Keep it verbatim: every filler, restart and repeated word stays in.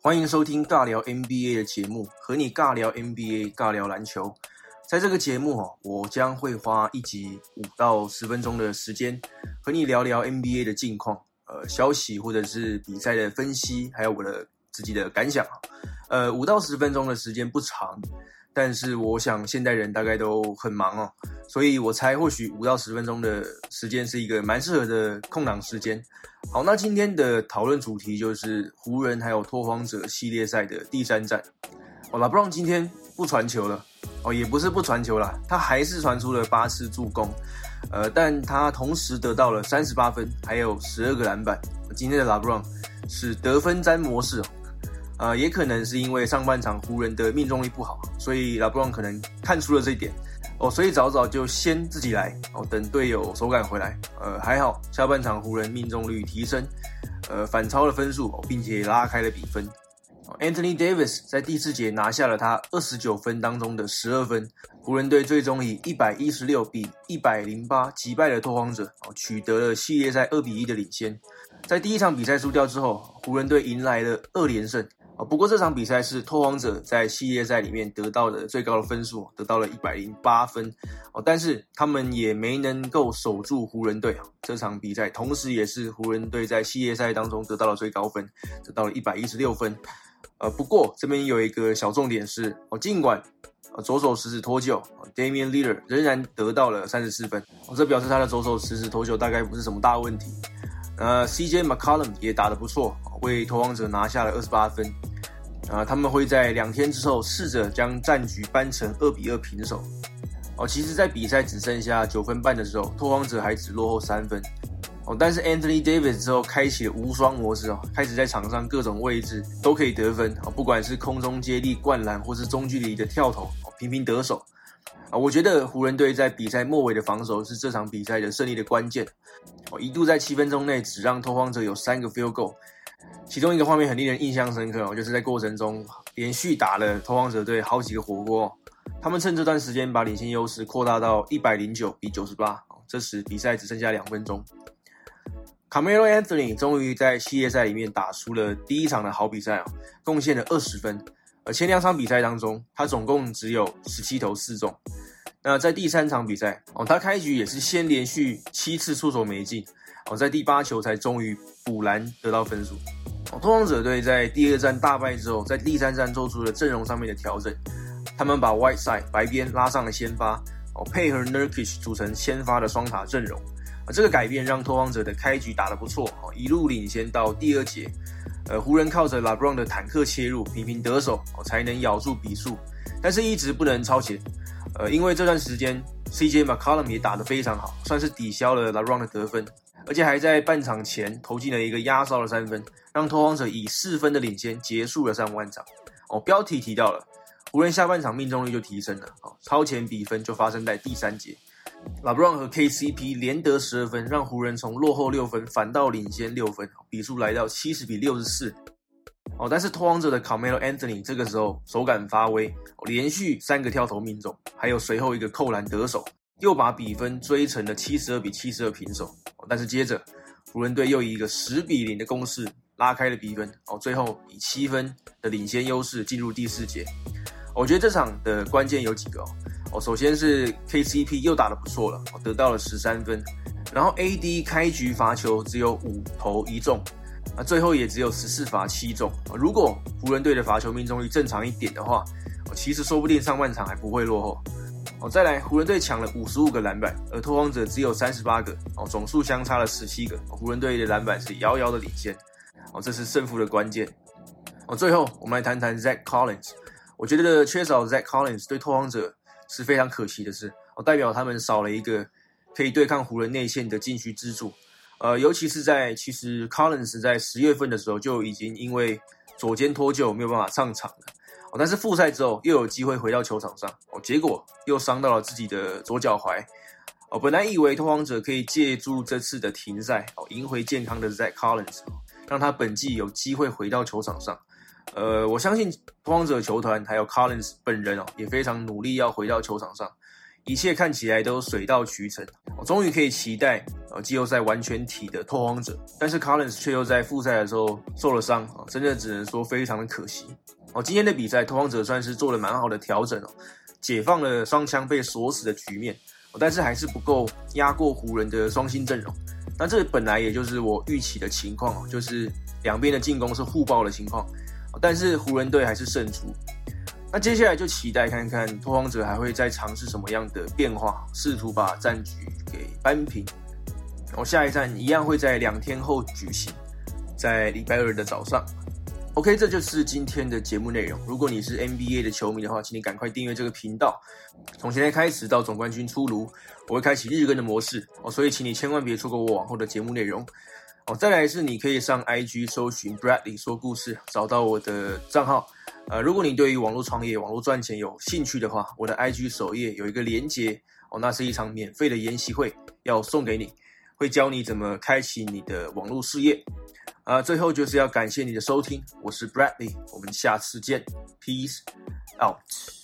欢迎收听尬聊 N B A 的节目，和你尬聊 N B A， 尬聊篮球。在这个节目哦，我将会花一集五到十分钟的时间，和你聊聊 N B A 的近况、呃消息或者是比赛的分析，还有我的自己的感想。呃，五到十分钟的时间不长，但是我想现代人大概都很忙哦，所以我猜或许五到十分钟的时间是一个蛮适合的空档时间。好，那今天的讨论主题就是湖人还有拓荒者系列赛的第三战。哦，拉布朗今天不传球了，哦，也不是不传球啦，他还是传出了八次助攻，呃，但他同时得到了三十八分，还有十二个篮板。今天的拉布朗是得分詹模式哦。呃，也可能是因为上半场湖人的命中率不好，所以拉布朗可能看出了这一点哦，所以早早就先自己来哦，等队友手感回来。呃，还好下半场湖人命中率提升，呃，反超了分数哦，并且拉开了比分。Anthony Davis 在第四节拿下了他二十九分当中的十二分，湖人队最终以一百一十六比一百零八击败了拓荒者，取得了系列赛二比一的领先。在第一场比赛输掉之后，湖人队迎来了二连胜。不过这场比赛是拓荒者在系列赛里面得到的最高的分数，得到了一百零八分，但是他们也没能够守住湖人队。这场比赛同时也是湖人队在系列赛当中得到了最高分，得到了一百一十六分。呃，不过这边有一个小重点是，尽管左手食指脱臼 Damian Lillard 仍然得到了三十四分，这表示他的左手食指脱臼大概不是什么大问题。呃 C J McCollum 也打得不错，为拓荒者拿下了二十八分。呃，他们会在两天之后试着将战局扳成二比二平手。哦，其实在比赛只剩下九分半的时候，拓荒者还只落后三分。哦，但是 Anthony Davis 之后开启了无双模式哦，开始在场上各种位置都可以得分哦，不管是空中接力、灌篮或是中距离的跳投，哦，频频得手。啊，我觉得湖人队在比赛末尾的防守是这场比赛的胜利的关键。哦，一度在七分钟内只让拓荒者有三个 field goal。其中一个画面很令人印象深刻哦，就是在过程中连续打了拓荒者队好几个火锅，他们趁这段时间把领先优势扩大到一百零九比九十八，这时比赛只剩下两分钟。Carmelo Anthony 终于在系列赛里面打出了第一场的好比赛哦，贡献了二十分，而前两场比赛当中他总共只有十七投四中。那在第三场比赛哦，他开局也是先连续七次出手没进哦，在第八球才终于补篮得到分数。拓荒者队在第二战大败之后，在第三战做出了阵容上面的调整，他们把 Whiteside 白边拉上了先发，配合 Nurkic 组成先发的双塔阵容。这个改变让拓荒者的开局打得不错，一路领先到第二节。呃，湖人靠着 LeBron 的坦克切入，频频得手，才能咬住比数，但是一直不能超前。呃，因为这段时间 C J McCollum 也打得非常好，算是抵消了 LeBron 的得分，而且还在半场前投进了一个压哨的三分，让拓荒者以四分的领先结束了上半场。哦，标题提到了，湖人下半场命中率就提升了，哦，超前比分就发生在第三节。LeBron 和 K C P 连得十二分，让湖人从落后六分反倒领先六分，比数来到七十比六十四。哦，但是拓荒者的 Carmelo Anthony 这个时候手感发威，哦，连续三个跳投命中，还有随后一个扣篮得手，又把比分追成了七十二比七十二平手。哦，但是接着湖人队又以一个十比零的攻势拉开了比分，哦，最后以七分的领先优势进入第四节。我觉得这场的关键有几个哦。哦，首先是 K C P 又打得不错了，得到了十三分，然后 A D 开局罚球只有五投一中，啊，最后也只有十四罚七中。如果湖人队的罚球命中率正常一点的话，其实说不定上半场还不会落后。哦，再来，湖人队抢了五十五个篮板，而拓荒者只有三十八个，哦，总数相差了十七个，湖人队的篮板是遥遥的领先，哦，这是胜负的关键。哦，最后我们来谈谈 Zach Collins， 我觉得缺少 Zach Collins 对拓荒者是非常可惜的事，哦，代表他们少了一个可以对抗湖人内线的禁区支柱。呃，尤其是在其实 Collins 在十月份的时候就已经因为左肩脱臼没有办法上场了，哦，但是复赛之后又有机会回到球场上，哦，结果又伤到了自己的左脚踝。哦，本来以为拓荒者可以借助这次的停赛，哦，赢回健康的 Zach Collins，哦，让他本季有机会回到球场上。呃，我相信拓荒者球团还有 Collins 本人哦，也非常努力要回到球场上， 一切看起来都水到渠成，终于可以期待呃季后赛完全体的拓荒者。但是 Collins 却又在复赛的时候受了伤，真的只能说非常的可惜。今天的比赛，拓荒者算是做了蛮好的调整，解放了双枪被锁死的局面，但是还是不够压过湖人的双星阵容。那这本来也就是我预期的情况，就是两边的进攻是互爆的情况，但是湖人队还是胜出。那接下来就期待看看拓荒者还会再尝试什么样的变化，试图把战局给扳平。然后下一站一样会在两天后举行，在礼拜二的早上。OK， 这就是今天的节目内容。如果你是 N B A 的球迷的话，请你赶快订阅这个频道。从现在开始到总冠军出炉，我会开启日更的模式哦，所以请你千万别错过我往后的节目内容哦。再来是你可以上 I G 搜寻 Bradley 说故事，找到我的账号。呃，如果你对于网络创业、网络赚钱有兴趣的话，我的 I G 首页有一个连结哦，那是一场免费的研习会，要送给你，会教你怎么开启你的网络事业。啊、呃，最后就是要感谢你的收听，我是 Bradley， 我们下次见 ，Peace out。